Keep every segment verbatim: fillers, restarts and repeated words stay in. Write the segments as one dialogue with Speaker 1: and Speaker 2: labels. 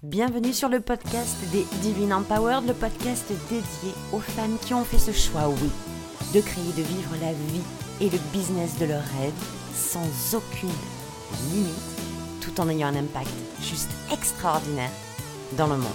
Speaker 1: Bienvenue sur le podcast des Divine Empowered, le podcast dédié aux femmes qui ont fait ce choix, oui, de créer, de vivre la vie et le business de leurs rêves sans aucune limite, tout en ayant un impact juste extraordinaire dans le monde.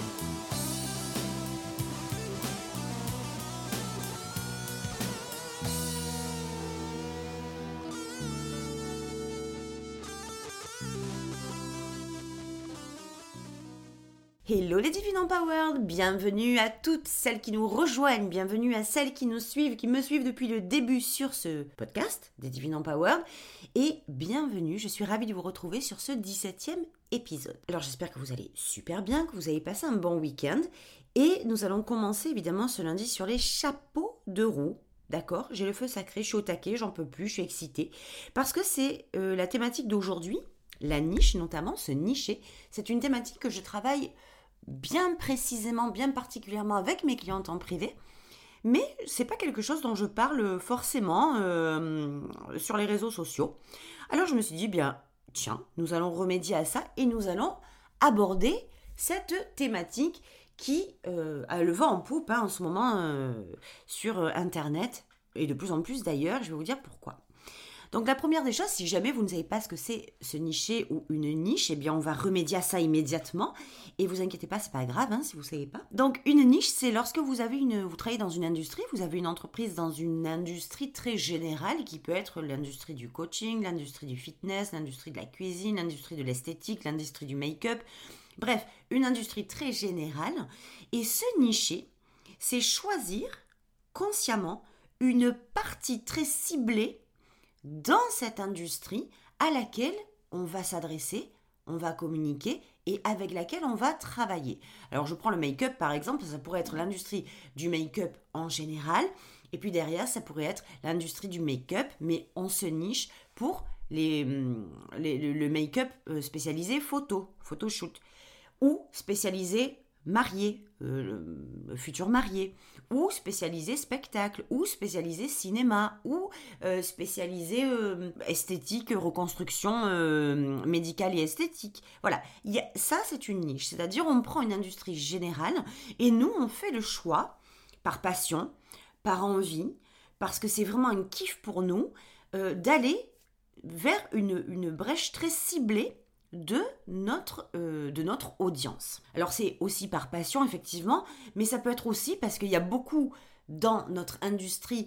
Speaker 1: Hello les Divine Empowered, bienvenue à toutes celles qui nous rejoignent, bienvenue à celles qui nous suivent, qui me suivent depuis le début sur ce podcast des Divine Empowered et bienvenue, je suis ravie de vous retrouver sur ce dix-septième épisode. Alors j'espère que vous allez super bien, que vous avez passé un bon week-end et nous allons commencer évidemment ce lundi sur les chapeaux de roue. D'accord, j'ai le feu sacré, je suis au taquet, j'en peux plus, je suis excitée parce que c'est euh, la thématique d'aujourd'hui, la niche notamment, se nicher, c'est une thématique que je travaille bien précisément, bien particulièrement avec mes clientes en privé, mais c'est pas quelque chose dont je parle forcément euh, sur les réseaux sociaux. Alors je me suis dit, bien, tiens, nous allons remédier à ça et nous allons aborder cette thématique qui euh, a le vent en poupe hein, en ce moment euh, sur Internet, et de plus en plus d'ailleurs, je vais vous dire pourquoi. Donc la première des choses, si jamais vous ne savez pas ce que c'est se nicher ou une niche, eh bien on va remédier à ça immédiatement. Et vous inquiétez pas, c'est pas grave hein, si vous ne savez pas. Donc une niche, c'est lorsque vous avez une, vous travaillez dans une industrie, vous avez une entreprise dans une industrie très générale qui peut être l'industrie du coaching, l'industrie du fitness, l'industrie de la cuisine, l'industrie de l'esthétique, l'industrie du make-up. Bref, une industrie très générale. Et se nicher, c'est choisir consciemment une partie très ciblée dans cette industrie à laquelle on va s'adresser, on va communiquer et avec laquelle on va travailler. Alors je prends le make-up par exemple, ça pourrait être l'industrie du make-up en général et puis derrière ça pourrait être l'industrie du make-up mais on se niche pour les, les, le, le make-up spécialisé photo, photoshoot ou spécialisé marié, euh, futur marié, ou spécialisé spectacle, ou spécialisé cinéma, ou euh, spécialisé euh, esthétique, reconstruction euh, médicale et esthétique. Voilà, il y a, ça c'est une niche, c'est-à-dire on prend une industrie générale et nous on fait le choix, par passion, par envie, parce que c'est vraiment un kiff pour nous, euh, d'aller vers une, une brèche très ciblée de notre, euh, de notre audience. Alors c'est aussi par passion effectivement, mais ça peut être aussi parce qu'il y a beaucoup dans notre industrie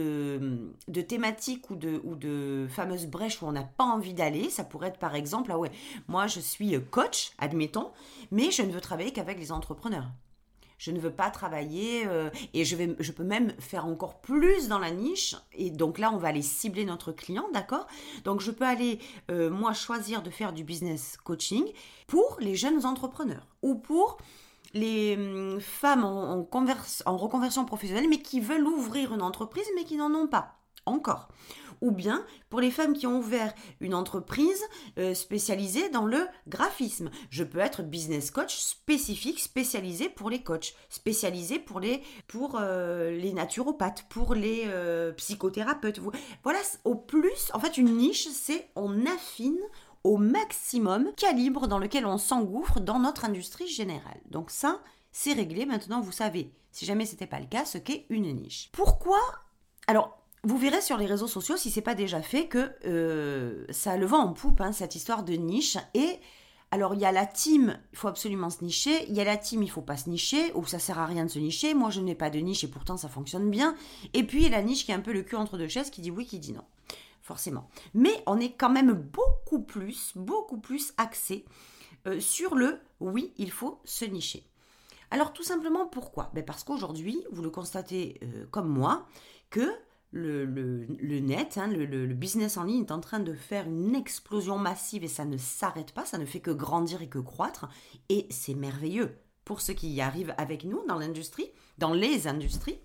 Speaker 1: de, de thématiques ou de, ou de fameuses brèches où on n'a pas envie d'aller. Ça pourrait être par exemple, ah ouais, moi je suis coach, admettons, mais je ne veux travailler qu'avec les entrepreneurs. Je ne veux pas travailler euh, et je, vais, je peux même faire encore plus dans la niche. Et donc là, on va aller cibler notre client, d'accord ? Donc je peux aller, euh, moi, choisir de faire du business coaching pour les jeunes entrepreneurs ou pour les hum, femmes en, en, converse, en reconversion professionnelle, mais qui veulent ouvrir une entreprise, mais qui n'en ont pas encore. Ou bien pour les femmes qui ont ouvert une entreprise euh, spécialisée dans le graphisme. Je peux être business coach spécifique, spécialisé pour les coachs, spécialisé pour les, pour, euh, les naturopathes, pour les euh, psychothérapeutes. Voilà, au plus, en fait, une niche, c'est on affine au maximum le calibre dans lequel on s'engouffre dans notre industrie générale. Donc ça, c'est réglé. Maintenant, vous savez, si jamais ce n'était pas le cas, ce qu'est une niche. Pourquoi ? Alors, vous verrez sur les réseaux sociaux, si ce n'est pas déjà fait, que euh, ça a le vent en poupe, hein, cette histoire de niche. Et alors, il y a la team, il faut absolument se nicher. Il y a la team, il ne faut pas se nicher, ou ça ne sert à rien de se nicher. Moi, je n'ai pas de niche et pourtant, ça fonctionne bien. Et puis, il y a la niche qui est un peu le cul entre deux chaises, qui dit oui, qui dit non. Forcément. Mais on est quand même beaucoup plus, beaucoup plus axé euh, sur le oui, il faut se nicher. Alors, tout simplement, pourquoi ? Ben parce qu'aujourd'hui, vous le constatez euh, comme moi, que Le, le, le net, hein, le, le, le business en ligne est en train de faire une explosion massive et ça ne s'arrête pas, ça ne fait que grandir et que croître et c'est merveilleux pour ceux qui y arrivent avec nous dans l'industrie, dans les industries.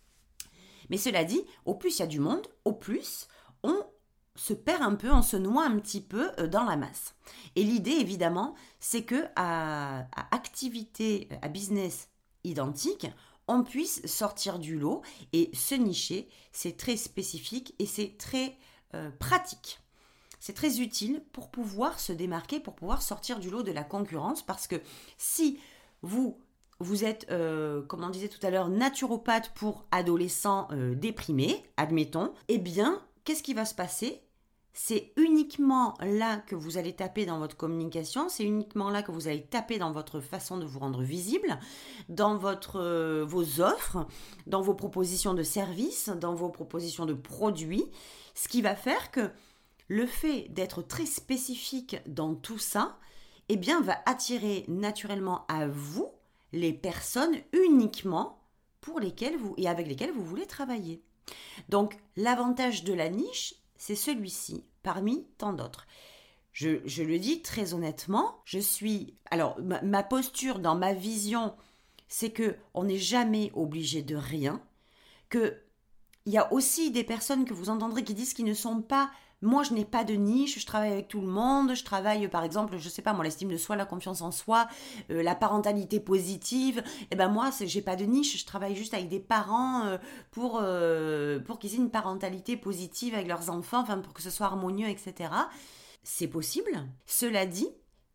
Speaker 1: Mais cela dit, au plus il y a du monde, au plus on se perd un peu, on se noie un petit peu dans la masse. Et l'idée évidemment, c'est que à, à activité, à business identique, on puisse sortir du lot et se nicher, c'est très spécifique et c'est très euh, pratique. c'est très utile pour pouvoir se démarquer, pour pouvoir sortir du lot de la concurrence, parce que si vous, vous êtes, euh, comme on disait tout à l'heure, naturopathe pour adolescents euh, déprimés, admettons, eh bien, qu'est-ce qui va se passer ? C'est uniquement là que vous allez taper dans votre communication, c'est uniquement là que vous allez taper dans votre façon de vous rendre visible, dans votre, euh, vos offres, dans vos propositions de services, dans vos propositions de produits, ce qui va faire que le fait d'être très spécifique dans tout ça, eh bien, va attirer naturellement à vous les personnes uniquement pour lesquelles vous, et avec lesquelles vous voulez travailler. Donc, l'avantage de la niche, c'est celui-ci, parmi tant d'autres. Je, je le dis très honnêtement, je suis... Alors, ma, ma posture dans ma vision, c'est qu'on n'est jamais obligé de rien, qu'il y a aussi des personnes que vous entendrez qui disent qu'ils ne sont pas... Moi, je n'ai pas de niche, je travaille avec tout le monde, je travaille par exemple, je sais pas moi, l'estime de soi, la confiance en soi, euh, la parentalité positive. Et ben moi, c'est, j'ai pas de niche, je travaille juste avec des parents euh, pour, euh, pour qu'ils aient une parentalité positive avec leurs enfants, enfin pour que ce soit harmonieux, et cetera. C'est possible. Cela dit,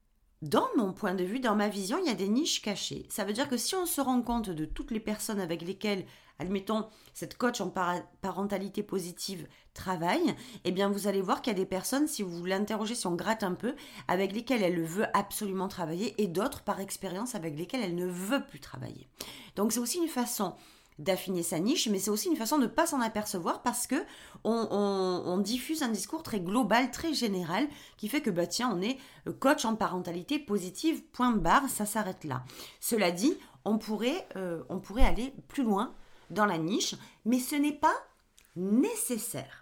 Speaker 1: dans mon point de vue, dans ma vision, il y a des niches cachées. Ça veut dire que si on se rend compte de toutes les personnes avec lesquelles, admettons, cette coach en para- parentalité positive travaille, eh bien vous allez voir qu'il y a des personnes, si vous l'interrogez, si on gratte un peu, avec lesquelles elle veut absolument travailler, et d'autres, par expérience, avec lesquelles elle ne veut plus travailler. Donc c'est aussi une façon d'affiner sa niche, mais c'est aussi une façon de ne pas s'en apercevoir, parce que on, on, on diffuse un discours très global, très général, qui fait que bah tiens, on est coach en parentalité positive, point barre, ça s'arrête là. Cela dit, on pourrait, euh, on pourrait aller plus loin dans la niche, mais ce n'est pas nécessaire.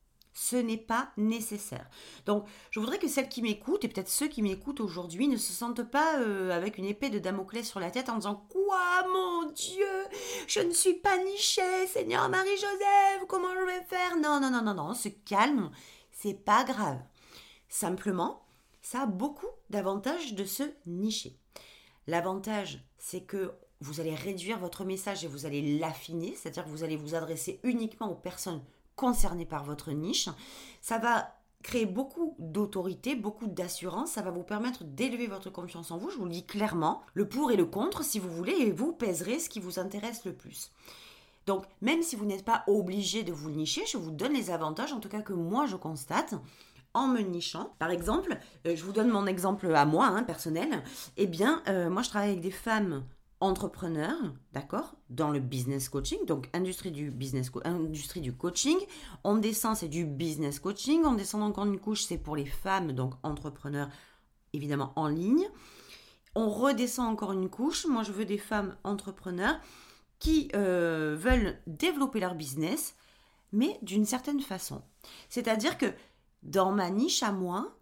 Speaker 1: Ce n'est pas nécessaire. Donc, je voudrais que celles qui m'écoutent, et peut-être ceux qui m'écoutent aujourd'hui, ne se sentent pas euh, avec une épée de Damoclès sur la tête en disant « Quoi, mon Dieu, je ne suis pas nichée, Seigneur Marie-Joseph, comment je vais faire ?» Non, non, non, non, non, on se calme, c'est pas grave. Simplement, ça a beaucoup d'avantages de se nicher. L'avantage, c'est que vous allez réduire votre message et vous allez l'affiner, c'est-à-dire que vous allez vous adresser uniquement aux personnes concernées par votre niche. Ça va créer beaucoup d'autorité, beaucoup d'assurance, ça va vous permettre d'élever votre confiance en vous, je vous le dis clairement, le pour et le contre si vous voulez, et vous pèserez ce qui vous intéresse le plus. Donc, même si vous n'êtes pas obligé de vous nicher, je vous donne les avantages, en tout cas que moi je constate, en me nichant. Par exemple, euh, je vous donne mon exemple à moi, hein, personnel, eh bien, euh, moi je travaille avec des femmes entrepreneurs, d'accord, dans le business coaching, donc industrie du business, co- industrie du coaching. On descend, c'est du business coaching. On descend encore une couche, c'est pour les femmes, donc entrepreneurs, évidemment en ligne. On redescend encore une couche. Moi, je veux des femmes entrepreneurs qui euh, veulent développer leur business, mais d'une certaine façon. C'est-à-dire que dans ma niche à moi,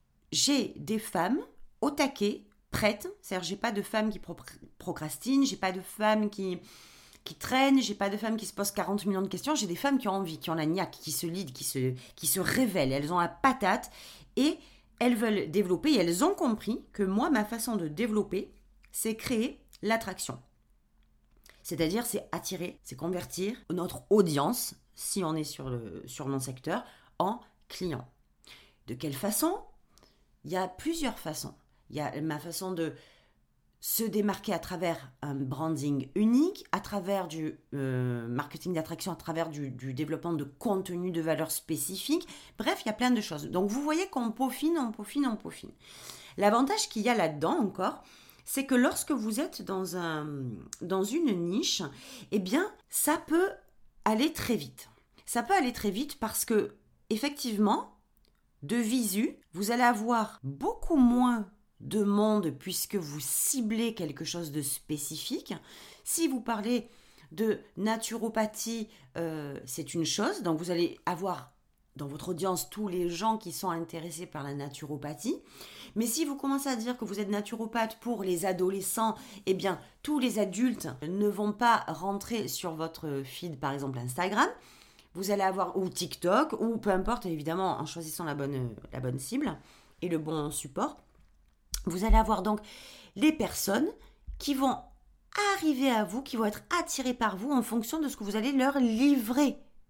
Speaker 1: j'ai des femmes au taquet, prête, c'est-à-dire j'ai pas de femmes qui pro- procrastinent, j'ai pas de femmes qui, qui traînent, j'ai pas de femmes qui se posent quarante millions de questions, j'ai des femmes qui ont envie, qui ont la niaque, qui se lead, qui se, qui se révèlent, elles ont la patate et elles veulent développer et elles ont compris que moi, ma façon de développer, c'est créer l'attraction. C'est-à-dire, c'est attirer, c'est convertir notre audience, si on est sur, le, sur mon secteur, en clients. De quelle façon ? Il y a plusieurs façons. Il y a ma façon de se démarquer à travers un branding unique, à travers du euh, marketing d'attraction, à travers du, du développement de contenu de valeur spécifique. Bref, il y a plein de choses. Donc, vous voyez qu'on peaufine, on peaufine, on peaufine. L'avantage qu'il y a là-dedans encore, c'est que lorsque vous êtes dans, un, dans une niche, eh bien, ça peut aller très vite. Ça peut aller très vite parce que, effectivement, de visu, vous allez avoir beaucoup moins de monde puisque vous ciblez quelque chose de spécifique. Si vous parlez de naturopathie, euh, c'est une chose. Donc, vous allez avoir dans votre audience tous les gens qui sont intéressés par la naturopathie. Mais si vous commencez à dire que vous êtes naturopathe pour les adolescents, eh bien, tous les adultes ne vont pas rentrer sur votre feed, par exemple Instagram. Vous allez avoir, ou TikTok, ou peu importe, évidemment, en choisissant la bonne, la bonne cible et le bon support. Vous allez avoir donc les personnes qui vont arriver à vous, qui vont être attirées par vous en fonction de ce que vous allez leur livrer.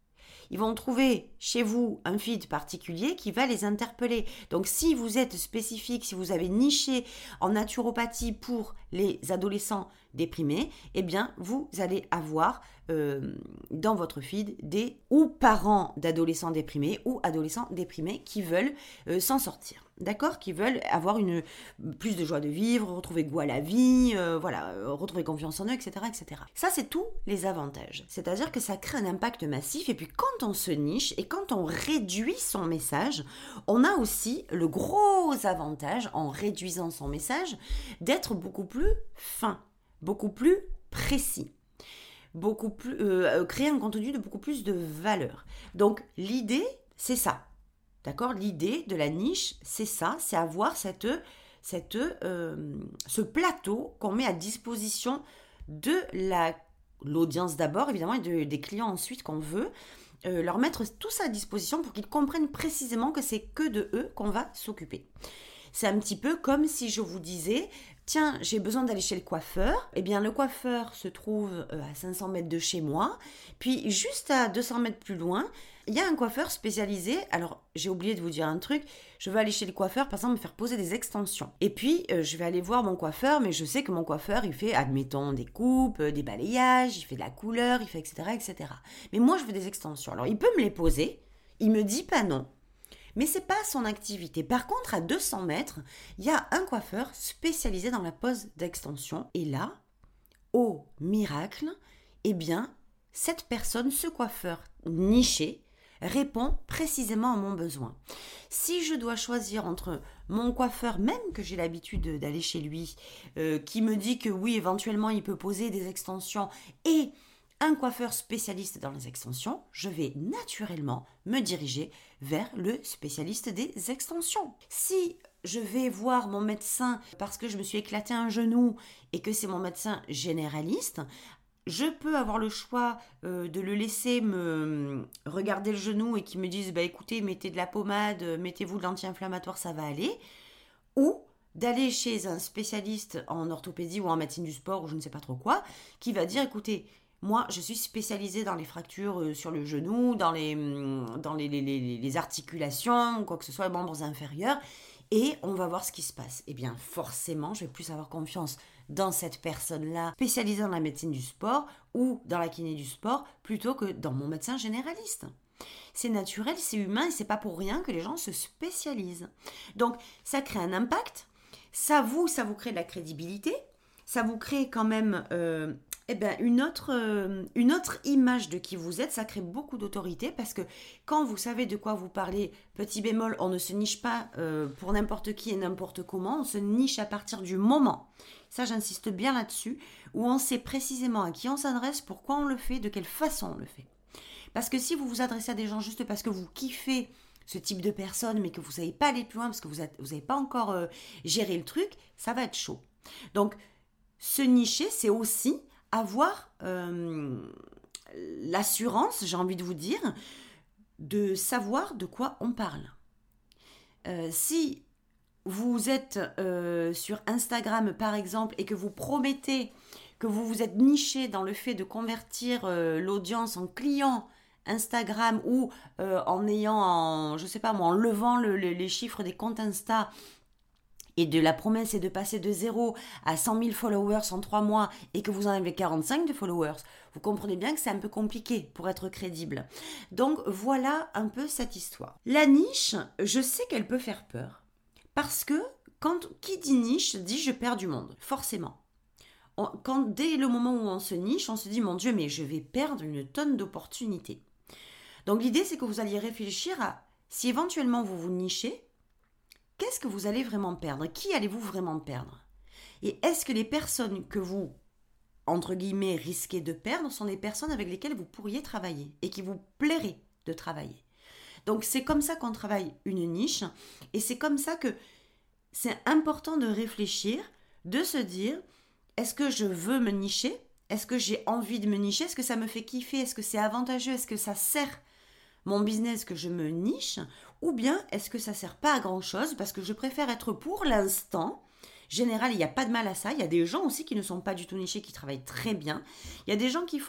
Speaker 1: ils vont trouver chez vous un feed particulier qui va les interpeller. Donc si vous êtes spécifique, si vous avez niché en naturopathie pour les adolescents déprimés, eh bien vous allez avoir euh, dans votre feed des ou parents d'adolescents déprimés ou adolescents déprimés qui veulent euh, s'en sortir. D'accord, qui veulent avoir une plus de joie de vivre, retrouver goût à la vie, euh, voilà, euh, retrouver confiance en eux, et cetera, et cetera. Ça, c'est tous les avantages. C'est-à-dire que ça crée un impact massif. Et puis, quand on se niche et quand on réduit son message, on a aussi le gros avantage, en réduisant son message, d'être beaucoup plus fin, beaucoup plus précis. Beaucoup plus euh, créer un contenu de beaucoup plus de valeur. Donc, l'idée, c'est ça. D'accord ? L'idée de la niche, c'est ça, c'est avoir cette, cette, euh, ce plateau qu'on met à disposition de la, l'audience d'abord, évidemment, et de, des clients ensuite qu'on veut, euh, leur mettre tout ça à disposition pour qu'ils comprennent précisément que c'est que de eux qu'on va s'occuper. C'est un petit peu comme si je vous disais, tiens, j'ai besoin d'aller chez le coiffeur. Eh bien, le coiffeur se trouve à cinq cents mètres de chez moi. Puis, juste à deux cents mètres plus loin, il y a un coiffeur spécialisé. Alors, j'ai oublié de vous dire un truc. Je vais aller chez le coiffeur, par exemple, me faire poser des extensions. Et puis, euh, je vais aller voir mon coiffeur, mais je sais que mon coiffeur, il fait, admettons, des coupes, euh, des balayages, il fait de la couleur, il fait et cetera, et cetera. Mais moi, je veux des extensions. Alors, il peut me les poser. Il me dit pas non. Mais c'est pas son activité. Par contre, à deux cents mètres, il y a un coiffeur spécialisé dans la pose d'extension. Et là, au miracle, eh bien, cette personne, ce coiffeur niché, répond précisément à mon besoin. Si je dois choisir entre mon coiffeur, même que j'ai l'habitude d'aller chez lui, euh, qui me dit que oui, éventuellement, il peut poser des extensions, et un coiffeur spécialiste dans les extensions, je vais naturellement me diriger vers le spécialiste des extensions. Si je vais voir mon médecin parce que je me suis éclaté un genou et que c'est mon médecin généraliste, je peux avoir le choix euh, de le laisser me regarder le genou et qu'il me dise bah, « écoutez, mettez de la pommade, mettez-vous de l'anti-inflammatoire, ça va aller », ou d'aller chez un spécialiste en orthopédie ou en médecine du sport ou je ne sais pas trop quoi, qui va dire « écoutez, moi, je suis spécialisée dans les fractures sur le genou, dans les, dans les, les, les, les articulations, ou quoi que ce soit, les membres inférieurs, et on va voir ce qui se passe. » Eh bien, forcément, je vais plus avoir confiance dans cette personne-là, spécialisée dans la médecine du sport ou dans la kiné du sport, plutôt que dans mon médecin généraliste. C'est naturel, c'est humain, et c'est pas pour rien que les gens se spécialisent. Donc, ça crée un impact, ça vous, ça vous crée de la crédibilité, ça vous crée quand même... Euh, Eh bien, une autre, euh, une autre image de qui vous êtes, ça crée beaucoup d'autorité parce que quand vous savez de quoi vous parlez, petit bémol, on ne se niche pas euh, pour n'importe qui et n'importe comment, on se niche à partir du moment, ça j'insiste bien là-dessus, où on sait précisément à qui on s'adresse, pourquoi on le fait, de quelle façon on le fait. Parce que si vous vous adressez à des gens juste parce que vous kiffez ce type de personne, mais que vous ne savez pas aller plus loin parce que vous n'avez pas encore euh, géré le truc, ça va être chaud. Donc, se nicher, c'est aussi avoir euh, l'assurance, j'ai envie de vous dire, de savoir de quoi on parle. Euh, si vous êtes euh, sur Instagram, par exemple, et que vous promettez que vous vous êtes niché dans le fait de convertir euh, l'audience en clients Instagram ou euh, en ayant, en, je sais pas moi, en levant le, le, les chiffres des comptes Insta, et de la promesse est de passer de zéro à cent mille followers en trois mois et que vous en avez quarante-cinq de followers, vous comprenez bien que c'est un peu compliqué pour être crédible. Donc voilà un peu cette histoire. La niche, je sais qu'elle peut faire peur parce que quand qui dit niche dit je perds du monde, forcément. On, quand, dès le moment où on se niche, on se dit mon Dieu, mais je vais perdre une tonne d'opportunités. Donc l'idée c'est que vous alliez réfléchir à si éventuellement vous vous nichez, qu'est-ce que vous allez vraiment perdre ? Qui allez-vous vraiment perdre ? Et est-ce que les personnes que vous, entre guillemets, risquez de perdre sont des personnes avec lesquelles vous pourriez travailler et qui vous plairait de travailler ? Donc c'est comme ça qu'on travaille une niche et c'est comme ça que c'est important de réfléchir, de se dire, est-ce que je veux me nicher ? Est-ce que j'ai envie de me nicher ? Est-ce que ça me fait kiffer ? Est-ce que c'est avantageux ? Est-ce que ça sert mon business que je me niche, ou bien est-ce que ça ne sert pas à grand-chose parce que je préfère être pour l'instant, général, il n'y a pas de mal à ça, il y a des gens aussi qui ne sont pas du tout nichés, qui travaillent très bien, il y a des gens qui font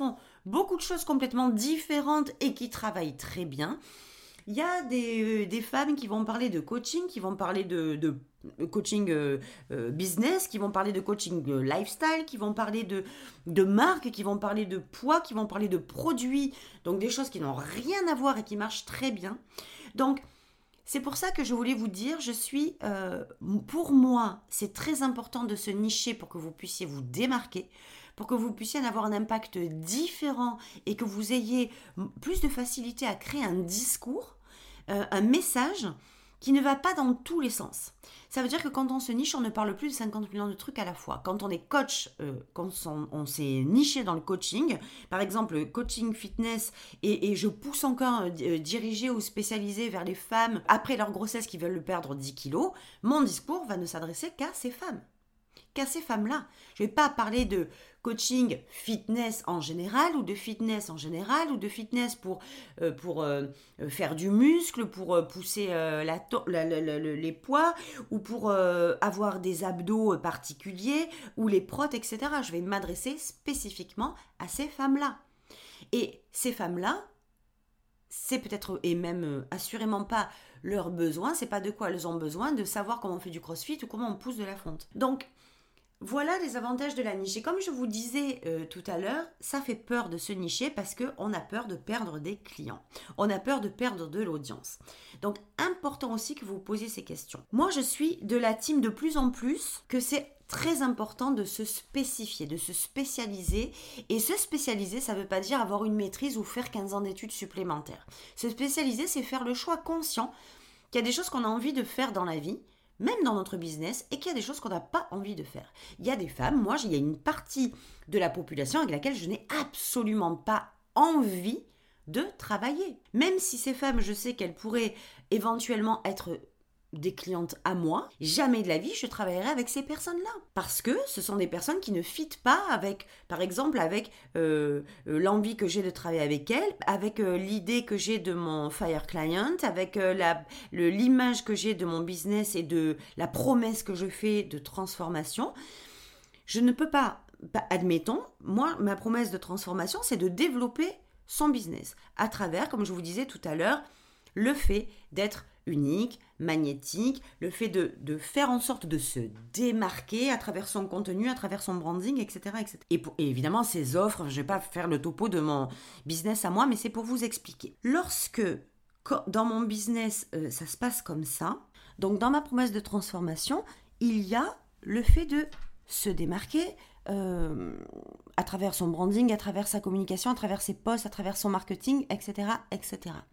Speaker 1: beaucoup de choses complètement différentes et qui travaillent très bien. Il y a des, euh, des femmes qui vont parler de coaching, qui vont parler de, de coaching euh, euh, business, qui vont parler de coaching euh, lifestyle, qui vont parler de, de marque, qui vont parler de poids, qui vont parler de produits, donc des choses qui n'ont rien à voir et qui marchent très bien. Donc, c'est pour ça que je voulais vous dire, je suis, euh, pour moi, c'est très important de se nicher pour que vous puissiez vous démarquer, pour que vous puissiez en avoir un impact différent et que vous ayez plus de facilité à créer un discours, euh, un message qui ne va pas dans tous les sens. Ça veut dire que quand on se niche, on ne parle plus de cinquante millions de trucs à la fois. Quand on est coach, euh, quand on, on s'est niché dans le coaching, par exemple coaching fitness, et, et je pousse encore euh, diriger ou spécialiser vers les femmes après leur grossesse qui veulent perdre dix kilos, mon discours va ne s'adresser qu'à ces femmes. Qu'à ces femmes-là. Je ne vais pas parler de coaching fitness en général ou de fitness en général ou de fitness pour, euh, pour euh, faire du muscle, pour euh, pousser euh, la to- la, la, la, les poids ou pour euh, avoir des abdos particuliers ou les protes, et cetera. Je vais m'adresser spécifiquement à ces femmes-là. Et ces femmes-là, c'est peut-être, et même euh, assurément pas leurs besoins, c'est pas de quoi elles ont besoin, de savoir comment on fait du crossfit ou comment on pousse de la fonte. Donc, voilà les avantages de la niche. Et comme je vous disais euh, tout à l'heure, ça fait peur de se nicher parce qu'on a peur de perdre des clients. On a peur de perdre de l'audience. Donc, important aussi que vous vous posiez ces questions. Moi, je suis de la team de plus en plus que c'est très important de se spécifier, de se spécialiser. Et se spécialiser, ça ne veut pas dire avoir une maîtrise ou faire quinze ans d'études supplémentaires. Se spécialiser, c'est faire le choix conscient qu'il y a des choses qu'on a envie de faire dans la vie, même dans notre business, et qu'il y a des choses qu'on n'a pas envie de faire. Il y a des femmes, moi, il y a une partie de la population avec laquelle je n'ai absolument pas envie de travailler. Même si ces femmes, je sais qu'elles pourraient éventuellement être des clientes à moi, jamais de la vie je travaillerai avec ces personnes-là. Parce que ce sont des personnes qui ne fitent pas avec, par exemple, avec euh, euh, l'envie que j'ai de travailler avec elles, avec euh, l'idée que j'ai de mon Fire Client, avec euh, la, le, l'image que j'ai de mon business et de la promesse que je fais de transformation. Je ne peux pas, pas admettons, moi, ma promesse de transformation, c'est de développer son business à travers, comme je vous disais tout à l'heure, le fait d'être unique, magnétique, le fait de, de faire en sorte de se démarquer à travers son contenu, à travers son branding, et cetera et cetera. Et, pour, et évidemment, ces offres, je ne vais pas faire le topo de mon business à moi, mais c'est pour vous expliquer. Lorsque, dans mon business, euh, ça se passe comme ça, donc dans ma promesse de transformation, il y a le fait de se démarquer euh, à travers son branding, à travers sa communication, à travers ses posts, à travers son marketing, et cetera et cetera.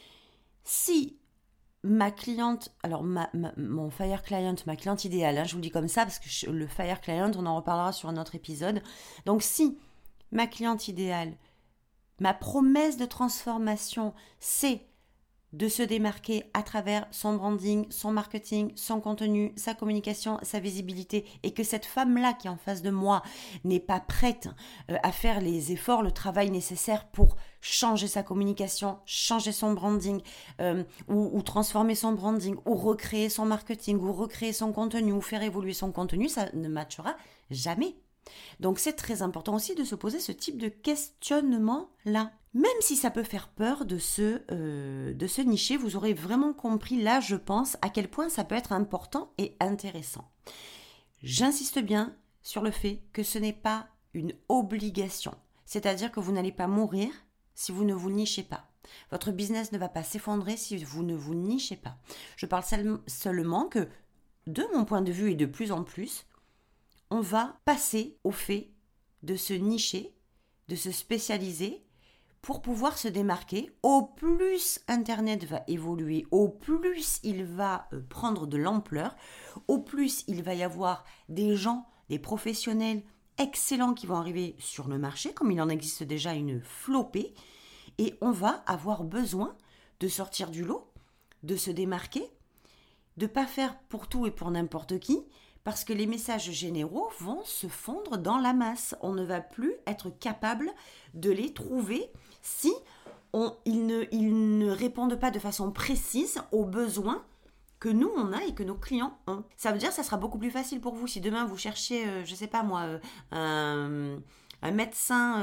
Speaker 1: Si ma cliente, alors ma, ma, mon Fire Client, ma cliente idéale, hein, je vous le dis comme ça parce que je, le Fire Client, on en reparlera sur un autre épisode. Donc si ma cliente idéale, ma promesse de transformation, c'est de se démarquer à travers son branding, son marketing, son contenu, sa communication, sa visibilité, et que cette femme-là qui est en face de moi n'est pas prête euh, à faire les efforts, le travail nécessaire pour changer sa communication, changer son branding, euh, ou, ou transformer son branding, ou recréer son marketing, ou recréer son contenu, ou faire évoluer son contenu, ça ne matchera jamais. Donc c'est très important aussi de se poser ce type de questionnement-là. Même si ça peut faire peur de se, euh, de se nicher, vous aurez vraiment compris là, je pense, à quel point ça peut être important et intéressant. J'insiste bien sur le fait que ce n'est pas une obligation. C'est-à-dire que vous n'allez pas mourir si vous ne vous nichez pas. Votre business ne va pas s'effondrer si vous ne vous nichez pas. Je parle seulement que, de mon point de vue et de plus en plus, on va passer au fait de se nicher, de se spécialiser pour pouvoir se démarquer. Au plus Internet va évoluer, au plus il va prendre de l'ampleur, au plus il va y avoir des gens, des professionnels excellents qui vont arriver sur le marché, comme il en existe déjà une flopée, et on va avoir besoin de sortir du lot, de se démarquer, de ne pas faire pour tout et pour n'importe qui, parce que les messages généraux vont se fondre dans la masse. On ne va plus être capable de les trouver si on, ils, ne, ils ne répondent pas de façon précise aux besoins que nous, on a et que nos clients ont. Ça veut dire que ça sera beaucoup plus facile pour vous si demain vous cherchez, euh, je ne sais pas moi, euh, un, un médecin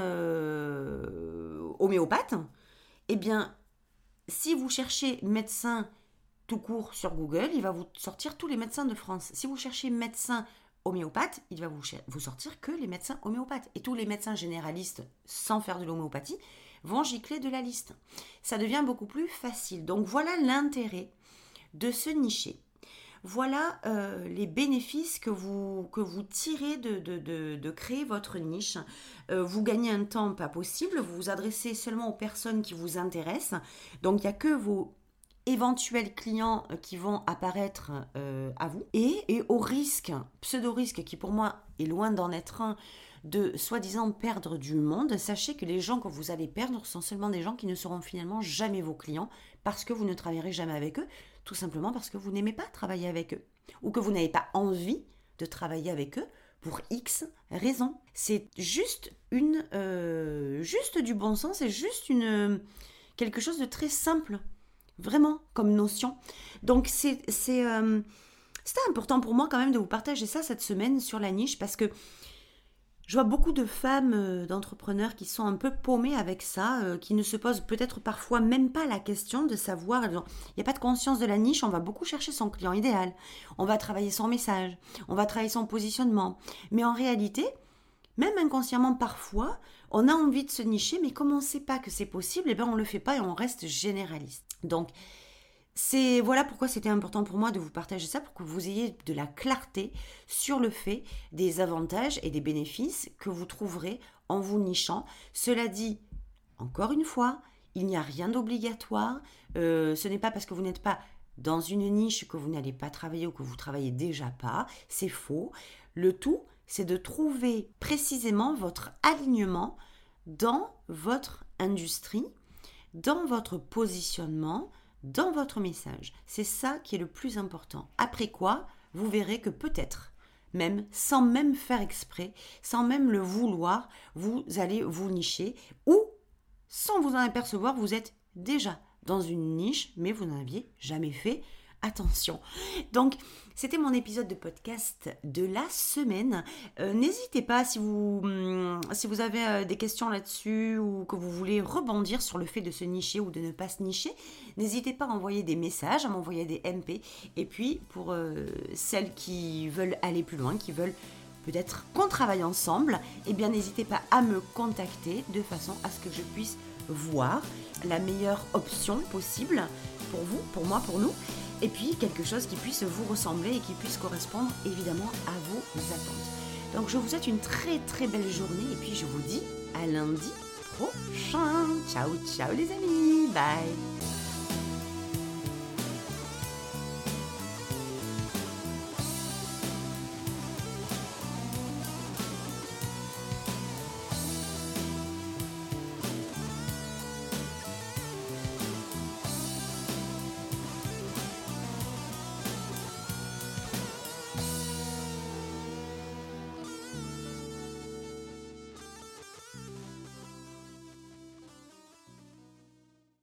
Speaker 1: euh, homéopathe, eh bien, si vous cherchez médecin tout court sur Google, il va vous sortir tous les médecins de France. Si vous cherchez médecin homéopathe, il va vous, vous sortir que les médecins homéopathes. Et tous les médecins généralistes, sans faire de l'homéopathie, vont gicler de la liste. Ça devient beaucoup plus facile. Donc voilà l'intérêt de se nicher. Voilà euh, les bénéfices que vous, que vous tirez de, de, de, de créer votre niche. Euh, vous gagnez un temps pas possible, vous vous adressez seulement aux personnes qui vous intéressent. Donc il n'y a que vos éventuels clients qui vont apparaître euh, à vous. Et, et au risque, pseudo-risque, qui pour moi est loin d'en être un, de soi-disant perdre du monde, sachez que les gens que vous allez perdre sont seulement des gens qui ne seront finalement jamais vos clients parce que vous ne travaillerez jamais avec eux, tout simplement parce que vous n'aimez pas travailler avec eux ou que vous n'avez pas envie de travailler avec eux pour X raisons. C'est juste, une, euh, juste du bon sens, c'est juste une, quelque chose de très simple, vraiment, comme notion. Donc c'est, c'est, euh, c'était important pour moi quand même de vous partager ça cette semaine sur la niche parce que je vois beaucoup de femmes, d'entrepreneurs qui sont un peu paumées avec ça, euh, qui ne se posent peut-être parfois même pas la question de savoir, il n'y a pas de conscience de la niche, on va beaucoup chercher son client idéal, on va travailler son message, on va travailler son positionnement. Mais en réalité, même inconsciemment parfois, on a envie de se nicher, mais comme on ne sait pas que c'est possible, eh bien on ne le fait pas et on reste généraliste. Donc, c'est, voilà pourquoi c'était important pour moi de vous partager ça, pour que vous ayez de la clarté sur le fait des avantages et des bénéfices que vous trouverez en vous nichant. Cela dit, encore une fois, il n'y a rien d'obligatoire. Euh, ce n'est pas parce que vous n'êtes pas dans une niche que vous n'allez pas travailler ou que vous travaillez déjà pas. C'est faux. Le tout, c'est de trouver précisément votre alignement dans votre industrie, dans votre positionnement, dans votre message. C'est ça qui est le plus important. Après quoi, vous verrez que peut-être, même sans même faire exprès, sans même le vouloir, vous allez vous nicher ou, sans vous en apercevoir, vous êtes déjà dans une niche, mais vous n'en aviez jamais fait attention. Donc, c'était mon épisode de podcast de la semaine. Euh, n'hésitez pas si vous, hum, si vous avez euh, des questions là-dessus ou que vous voulez rebondir sur le fait de se nicher ou de ne pas se nicher, n'hésitez pas à envoyer des messages, à m'envoyer des M P. Et puis, pour euh, celles qui veulent aller plus loin, qui veulent peut-être qu'on travaille ensemble, eh bien, n'hésitez pas à me contacter de façon à ce que je puisse voir la meilleure option possible pour vous, pour moi, pour nous. Et puis quelque chose qui puisse vous ressembler et qui puisse correspondre évidemment à vos attentes. Donc je vous souhaite une très très belle journée et puis je vous dis à lundi prochain. Ciao ciao les amis, bye.